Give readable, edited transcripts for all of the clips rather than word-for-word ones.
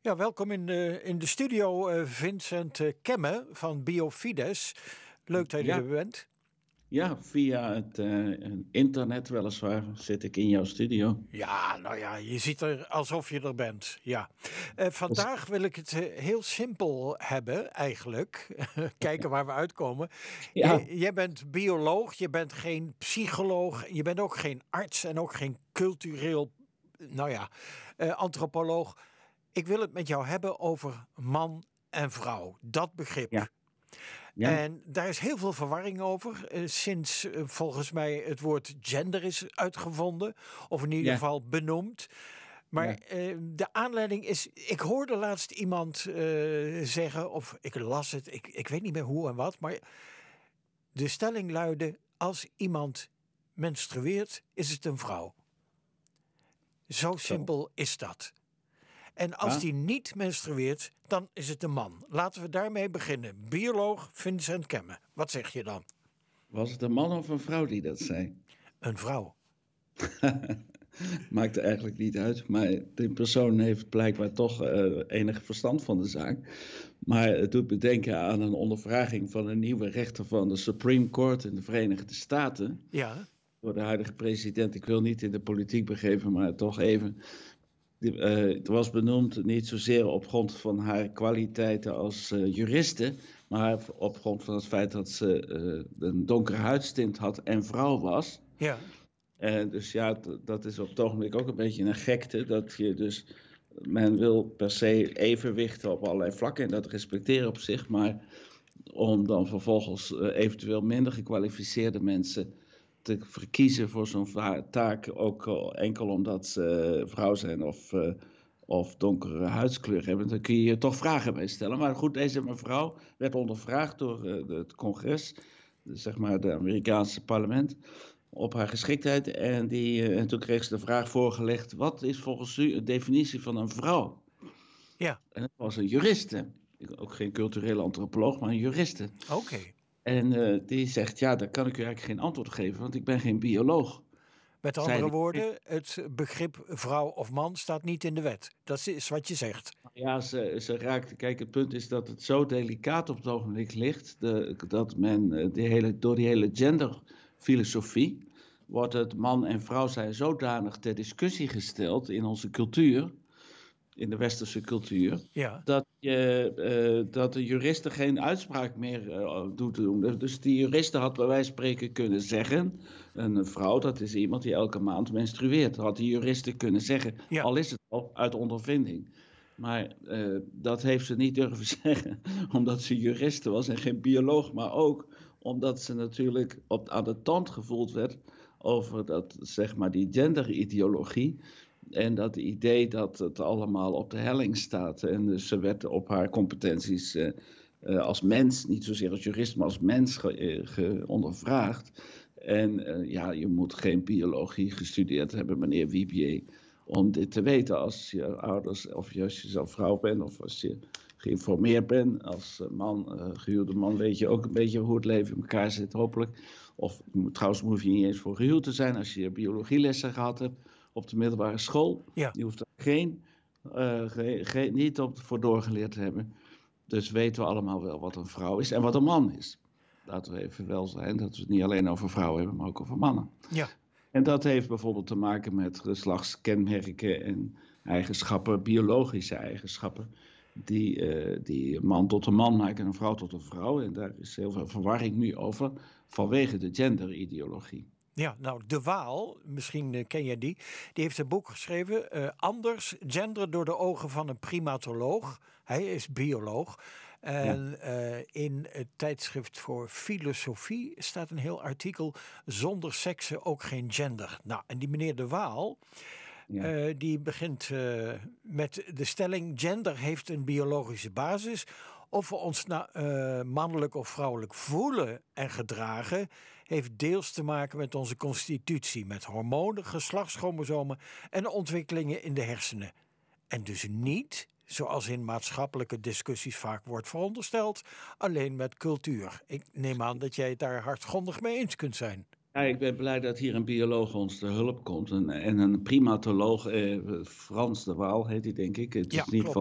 Ja, welkom in de studio, Vincent Kemme van Biofides. Leuk dat je Ja, er bent. ja, via het internet weliswaar zit ik in jouw studio. Ja, nou ja, je ziet er alsof je er bent. Ja. Dus, Vandaag wil ik het heel simpel hebben, eigenlijk. Kijken waar we uitkomen. ja, Jij bent bioloog, je bent geen psycholoog, je bent ook geen arts en ook geen cultureel, nou ja, antropoloog. Ik wil het met jou hebben over man en vrouw, dat ja, begrip. ja, En daar is heel veel verwarring over, sinds volgens mij het woord gender is uitgevonden, of in ieder ja, geval benoemd. Maar ja. de aanleiding is, ik hoorde laatst iemand zeggen, of ik las het, ik weet niet meer hoe en wat, maar de stelling luidde, als iemand menstrueert, is het een vrouw. Zo Zo. simpel is dat. En als Ja. die niet menstrueert, dan is het een man. Laten we daarmee beginnen. Bioloog Vincent Kemme. Wat zeg je dan? Was het een man of een vrouw die dat zei? Een vrouw. Maakt er eigenlijk niet uit, maar die persoon heeft blijkbaar toch enig verstand van de zaak. Maar het doet me denken aan een ondervraging van een nieuwe rechter van de Supreme Court in de Verenigde Staten. Ja, Door de huidige president. Ik wil niet in de politiek begeven, maar toch even. Het was benoemd niet zozeer op grond van haar kwaliteiten als juriste, maar op grond van het feit dat ze een donkere huidstint had en vrouw was. ja, Dus ja, dat is op het ogenblik ook een beetje een gekte. Dat je dus, men wil per se evenwichten op allerlei vlakken en dat respecteren op zich, maar om dan vervolgens eventueel minder gekwalificeerde mensen te verkiezen voor zo'n taak, ook enkel omdat ze vrouw zijn of donkere huidskleur hebben, dan kun je je toch vragen bij stellen. Maar goed, deze mevrouw werd ondervraagd door het congres, zeg maar het Amerikaanse parlement, op haar geschiktheid. En toen kreeg ze de vraag voorgelegd, wat is volgens u de definitie van een vrouw? ja. En het was een juriste. Ook geen culturele antropoloog, maar een juriste. Oké. En die zegt, ja, daar kan ik u eigenlijk geen antwoord op geven, want ik ben geen bioloog. Met Zei andere die. woorden, het begrip vrouw of man staat niet in de wet. Dat is wat je zegt. Ja, ze raakt. Kijk, het punt is dat het zo delicaat op het ogenblik ligt. Dat men door die hele genderfilosofie. Wordt het man en vrouw zijn zodanig ter discussie gesteld in onze cultuur. In de westerse cultuur. Ja, Dat de juristen geen uitspraak meer doet doen. Dus die juristen had bij wijze van spreken kunnen zeggen. Een vrouw, dat is iemand die elke maand menstrueert. Had die juristen kunnen zeggen. ja, Al is het al uit ondervinding. Maar dat heeft ze niet durven zeggen. Omdat ze juriste was en geen bioloog. Maar ook omdat ze natuurlijk aan de tand gevoeld werd. Over dat, zeg maar, die genderideologie. En dat idee dat het allemaal op de helling staat. En dus ze werd op haar competenties als mens, niet zozeer als jurist, maar als mens ondervraagd. En ja, je moet geen biologie gestudeerd hebben, meneer Wibier, om dit te weten. Als je ouders, of als je zelf vrouw bent, of als je geïnformeerd bent als man, gehuwde man, weet je ook een beetje hoe het leven in elkaar zit, hopelijk. Of trouwens, hoef je niet eens voor gehuwd te zijn als je biologielessen gehad hebt op de middelbare school. ja. Je hoeft er niet voor doorgeleerd te hebben. Dus weten we allemaal wel wat een vrouw is en wat een man is. Laten we even wel zijn dat we het niet alleen over vrouwen hebben, maar ook over mannen. Ja. En dat heeft bijvoorbeeld te maken met geslachtskenmerken en eigenschappen, biologische eigenschappen, die een man tot een man maken en een vrouw tot een vrouw. En daar is heel veel verwarring nu over, vanwege de genderideologie. Ja, nou, De Waal, misschien ken je die heeft een boek geschreven, Anders, gender door de ogen van een primatoloog. Hij is bioloog. Ja, En in het tijdschrift voor filosofie staat een heel artikel, zonder seksen ook geen gender. Nou, en die meneer De Waal, ja, die begint met de stelling, gender heeft een biologische basis. Of we ons mannelijk of vrouwelijk voelen en gedragen, heeft deels te maken met onze constitutie, met hormonen, geslachtschromosomen en ontwikkelingen in de hersenen. En dus niet, zoals in maatschappelijke discussies vaak wordt verondersteld, alleen met cultuur. Ik neem aan dat jij het daar hardgrondig mee eens kunt zijn. ja, ik ben blij dat hier een bioloog ons te hulp komt. En een primatoloog, Frans de Waal heet hij, denk ik. Het is Ja, in ieder geval klopt.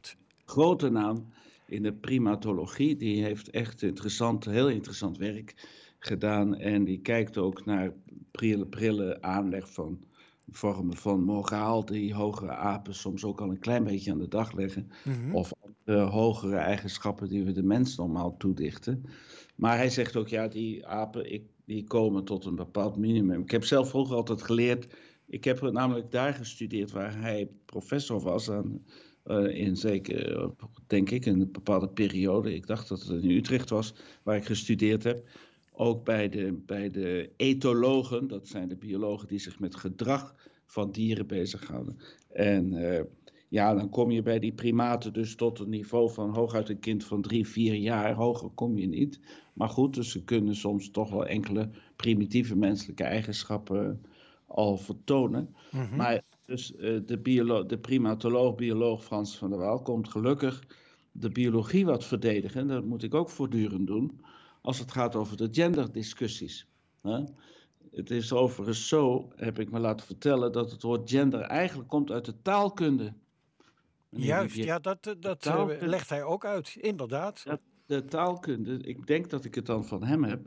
grote naam in de primatologie. Die heeft echt heel interessant werk gedaan. En die kijkt ook naar prille aanleg van vormen van moraal die hogere apen soms ook al een klein beetje aan de dag leggen. Mhm. Of andere hogere eigenschappen die we de mens normaal toedichten. Maar hij zegt ook, ja, die apen die komen tot een bepaald minimum. Ik heb zelf vroeger altijd geleerd. Ik heb namelijk daar gestudeerd waar hij professor was in zeker, denk ik, een bepaalde periode. Ik dacht dat het in Utrecht was waar ik gestudeerd heb. Ook bij de etologen, dat zijn de biologen die zich met gedrag van dieren bezighouden. En ja, dan kom je bij die primaten dus tot een niveau van hooguit een kind van 3, 4 jaar. Hoger kom je niet. Maar goed, dus ze kunnen soms toch wel enkele primitieve menselijke eigenschappen al vertonen. Mhm. Maar dus de primatoloog, bioloog Frans van der Waal komt gelukkig de biologie wat verdedigen. Dat moet ik ook voortdurend doen als het gaat over de genderdiscussies. Hè? Het is overigens zo, heb ik me laten vertellen, dat het woord gender eigenlijk komt uit de taalkunde. Meneer Juist, Dubier. ja, dat Taalkunde, legt hij ook uit, inderdaad. de taalkunde, ik denk dat ik het dan van hem heb,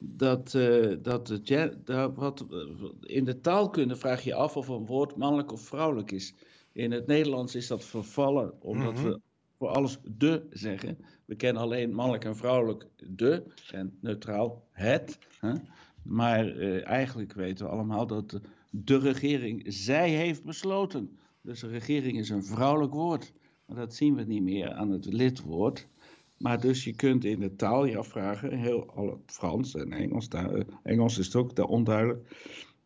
in de taalkunde vraag je af of een woord mannelijk of vrouwelijk is. In het Nederlands is dat vervallen, omdat Mhm. we voor alles de zeggen. We kennen alleen mannelijk en vrouwelijk de en neutraal het. Hè? Maar eigenlijk weten we allemaal dat de regering, zij heeft besloten. Dus de regering is een vrouwelijk woord. Maar dat zien we niet meer aan het lidwoord. Maar dus je kunt in de taal je afvragen, Frans en Engels, Engels is het ook onduidelijk,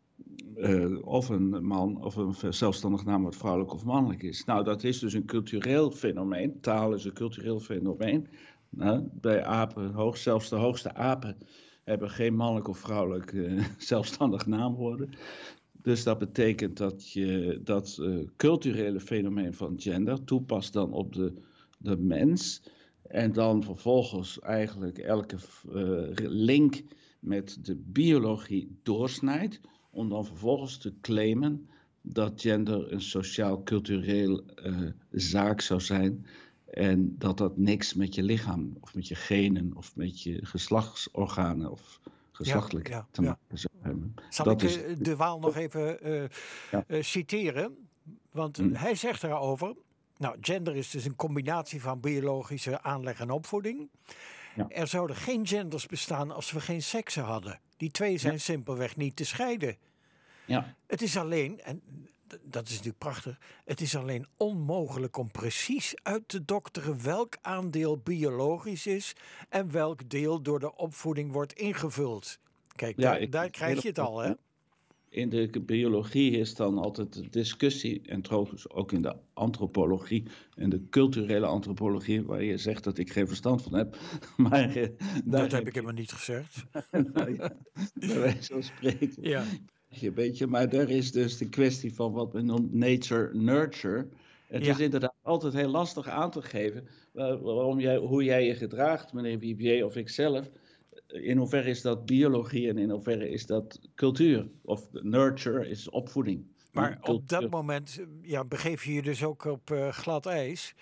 of een man of een zelfstandig naamwoord vrouwelijk of mannelijk is. Nou, dat is dus een cultureel fenomeen. Taal is een cultureel fenomeen. Nou, bij apen, zelfs de hoogste apen hebben geen mannelijk of vrouwelijk zelfstandig naamwoorden. Dus dat betekent dat je dat culturele fenomeen van gender toepast dan op de mens. En dan vervolgens eigenlijk elke link met de biologie doorsnijdt. Om dan vervolgens te claimen dat gender een sociaal-cultureel zaak zou zijn. En dat dat niks met je lichaam of met je genen of met je geslachtsorganen of geslachtelijkheid te maken zou hebben. Zal Dat ik is de Waal nog even ja. citeren? Want Mm. hij zegt daarover. Nou, gender is dus een combinatie van biologische aanleg en opvoeding. Ja. Er zouden geen genders bestaan als we geen seksen hadden. Die twee zijn simpelweg niet te scheiden. Ja. Het is alleen, en dat is natuurlijk prachtig, het is alleen onmogelijk om precies uit te dokteren welk aandeel biologisch is en welk deel door de opvoeding wordt ingevuld. Kijk, daar krijg je het al, hè? In de biologie is dan altijd de discussie, en trouwens ook in de antropologie en de culturele antropologie, waar je zegt dat ik geen verstand van heb. Maar Dat heb ik helemaal niet gezegd. nou ja, bij wijze van spreken. Ja. Een beetje, maar daar is dus de kwestie van wat men noemt nature-nurture. Het is inderdaad altijd heel lastig aan te geven hoe jij je gedraagt, meneer Bibier of ikzelf. In hoeverre is dat biologie en in hoeverre is dat cultuur? Of nurture is opvoeding. Maar op dat moment begeef je je dus ook op glad ijs.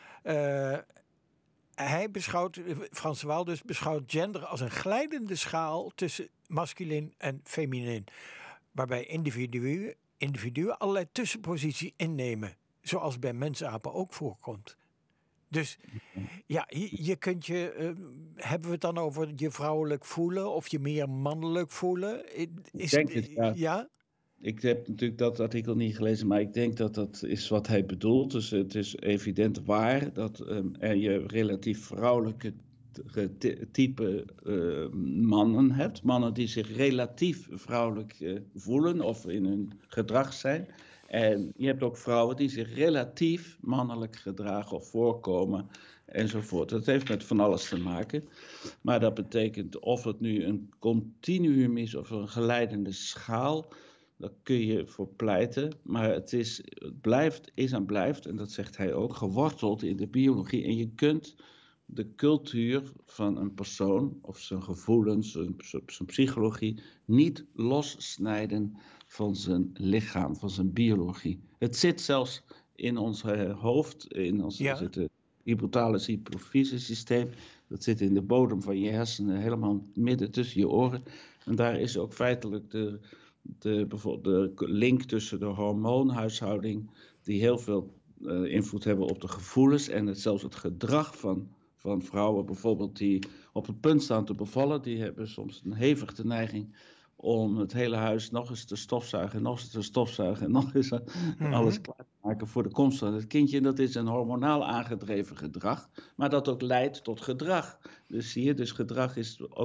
Hij beschouwt, Frans de Waal dus, beschouwt gender als een glijdende schaal tussen masculin en feminien. Waarbij individuen allerlei tussenposities innemen. Zoals bij mensapen ook voorkomt. Dus ja, je kunt hebben we het dan over je vrouwelijk voelen of je meer mannelijk voelen? Ik denk het, ja. Ja? Ik heb natuurlijk dat artikel niet gelezen, maar ik denk dat dat is wat hij bedoelt. Dus het is evident waar dat er je relatief vrouwelijke type mannen hebt. Mannen die zich relatief vrouwelijk voelen of in hun gedrag zijn. En je hebt ook vrouwen die zich relatief mannelijk gedragen of voorkomen enzovoort. Dat heeft met van alles te maken. Maar dat betekent of het nu een continuum is of een geleidende schaal. Daar kun je voor pleiten, maar het is en blijft, en dat zegt hij ook, geworteld in de biologie. En je kunt de cultuur van een persoon, of zijn gevoelens, zijn psychologie, niet lossnijden van zijn lichaam, van zijn biologie. Het zit zelfs in ons hoofd, hypothalamus hypofysesysteem. Dat zit in de bodem van je hersenen, helemaal midden tussen je oren. En daar is ook feitelijk bijvoorbeeld de link tussen de hormoonhuishouding, die heel veel invloed hebben op de gevoelens en zelfs het gedrag van vrouwen bijvoorbeeld die op het punt staan te bevallen. Die hebben soms een hevige neiging om het hele huis nog eens te stofzuigen, nog eens te stofzuigen en nog eens alles klaar te maken voor de komst van het kindje. En dat is een hormonaal aangedreven gedrag, maar dat ook leidt tot gedrag. Dus zie je, dus gedrag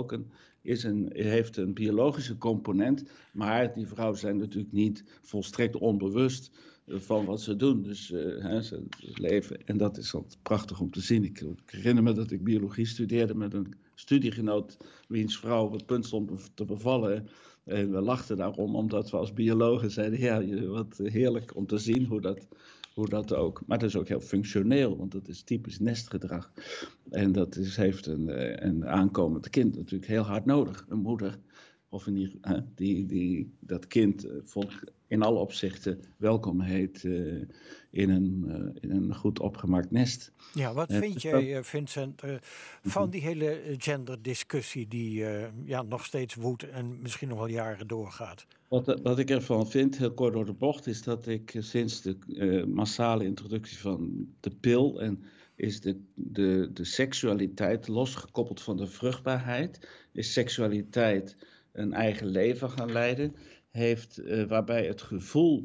heeft een biologische component, maar die vrouwen zijn natuurlijk niet volstrekt onbewust van wat ze doen. Dus ze leven, en dat is altijd prachtig om te zien. Ik herinner me dat ik biologie studeerde met een studiegenoot wiens vrouw op het punt stond te bevallen. En we lachten daarom, omdat we als biologen zeiden, ja, wat heerlijk om te zien hoe dat ook. Maar dat is ook heel functioneel, want dat is typisch nestgedrag. En dat heeft een aankomend kind natuurlijk heel hard nodig. Een moeder, of die dat kind in alle opzichten welkom heet in een goed opgemaakt nest. Ja, wat vind jij, Vincent, van die hele genderdiscussie die nog steeds woedt en misschien nog wel jaren doorgaat? Wat ik ervan vind, heel kort door de bocht, is dat ik sinds de massale introductie van de pil is de seksualiteit losgekoppeld van de vruchtbaarheid, is seksualiteit een eigen leven gaan leiden, waarbij het gevoel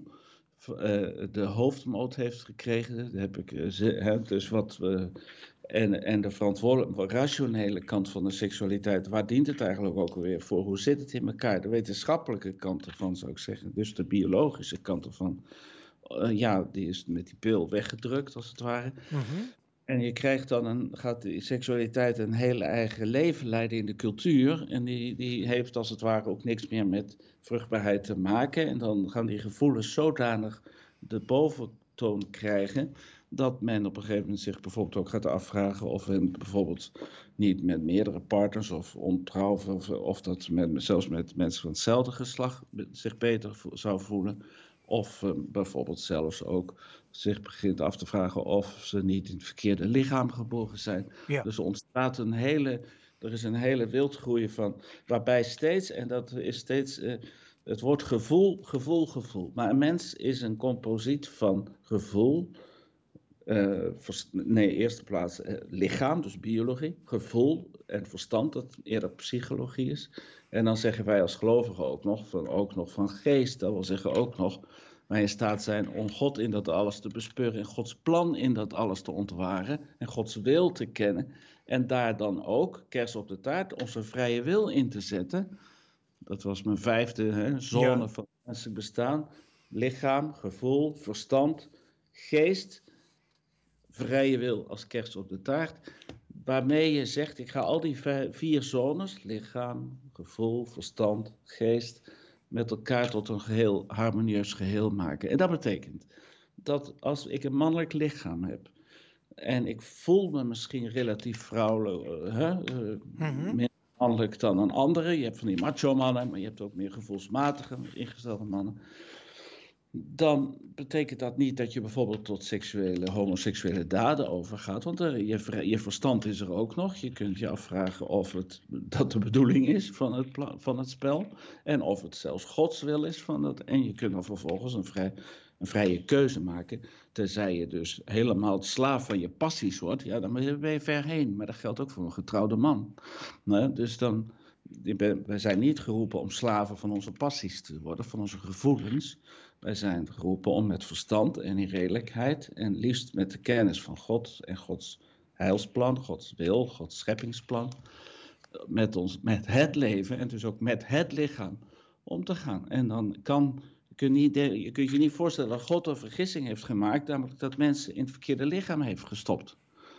de hoofdmoot heeft gekregen. Dat heb ik, dus wat we. En de rationele kant van de seksualiteit, waar dient het eigenlijk ook alweer voor? Hoe zit het in elkaar? De wetenschappelijke kant ervan, zou ik zeggen. Dus de biologische kant ervan. Die is met die pil weggedrukt, als het ware. Mm-hmm. En je krijgt gaat die seksualiteit een hele eigen leven leiden in de cultuur. En die heeft als het ware ook niks meer met vruchtbaarheid te maken. En dan gaan die gevoelens zodanig de boventoon krijgen, dat men op een gegeven moment zich bijvoorbeeld ook gaat afvragen of men bijvoorbeeld niet met meerdere partners of ontrouw, of dat men zelfs met mensen van hetzelfde geslacht zich beter zou voelen. Of bijvoorbeeld zelfs ook zich begint af te vragen of ze niet in het verkeerde lichaam geboren zijn. Ja. Dus er ontstaat er is een hele wildgroei van, waarbij steeds, en dat is steeds het woord gevoel. Maar een mens is een composiet van gevoel, eerste plaats lichaam, dus biologie, gevoel en verstand, dat eerder psychologie is. En dan zeggen wij als gelovigen ook nog van geest, dat wil zeggen ook nog wij in staat zijn om God in dat alles te bespeuren en Gods plan in dat alles te ontwaren en Gods wil te kennen en daar dan ook, kers op de taart, onze vrije wil in te zetten. Dat was mijn vijfde zone van het menselijk bestaan. Lichaam, gevoel, verstand, geest, vrije wil als kers op de taart. Waarmee je zegt, ik ga al die 4 zones, lichaam, gevoel, verstand, geest, met elkaar tot een geheel, harmonieus geheel maken. En dat betekent dat als ik een mannelijk lichaam heb en ik voel me misschien relatief vrouwelijk, meer mannelijk dan een andere. Je hebt van die macho mannen, maar je hebt ook meer gevoelsmatige ingestelde mannen. Dan betekent dat niet dat je bijvoorbeeld tot homoseksuele daden overgaat. Want je verstand is er ook nog. Je kunt je afvragen of dat de bedoeling is van het spel. En of het zelfs Gods wil is van dat. En je kunt dan vervolgens een vrije keuze maken. Tenzij je dus helemaal slaaf van je passies wordt. Ja, dan ben je ver heen. Maar dat geldt ook voor een getrouwde man. Dus dan. Wij zijn niet geroepen om slaven van onze passies te worden, van onze gevoelens. Wij zijn geroepen om met verstand en in redelijkheid en liefst met de kennis van God en Gods heilsplan, Gods wil, Gods scheppingsplan, met het leven en dus ook met het lichaam om te gaan. En dan kun je je niet voorstellen dat God een vergissing heeft gemaakt, namelijk dat mensen in het verkeerde lichaam heeft gestopt.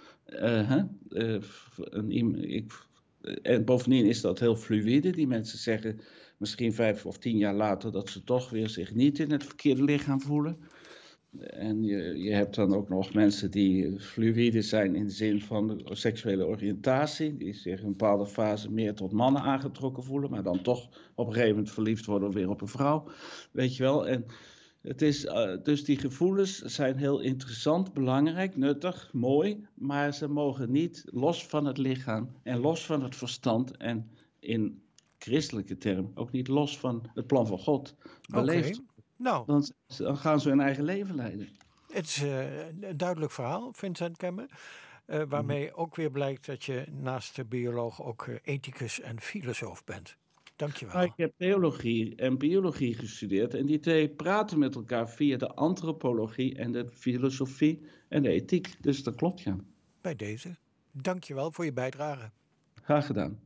En bovendien is dat heel fluïde. Die mensen zeggen misschien 5 of 10 jaar later dat ze toch weer zich niet in het verkeerde lichaam voelen. En je hebt dan ook nog mensen die fluïde zijn in de zin van de seksuele oriëntatie. Die zich in een bepaalde fase meer tot mannen aangetrokken voelen. Maar dan toch op een gegeven moment verliefd worden weer op een vrouw. Weet je wel. Dus die gevoelens zijn heel interessant, belangrijk, nuttig, mooi, maar ze mogen niet los van het lichaam en los van het verstand en in christelijke term ook niet los van het plan van God Oké. beleefd. Nou, Dan gaan ze hun eigen leven leiden. het is een duidelijk verhaal, Vincent Kemme. Mhm. Waarmee ook weer blijkt dat je naast de bioloog ook ethicus en filosoof bent. Dankjewel. Maar ik heb theologie en biologie gestudeerd en die twee praten met elkaar via de antropologie en de filosofie en de ethiek. Dus dat klopt, ja. Bij deze. Dankjewel voor je bijdrage. Graag gedaan.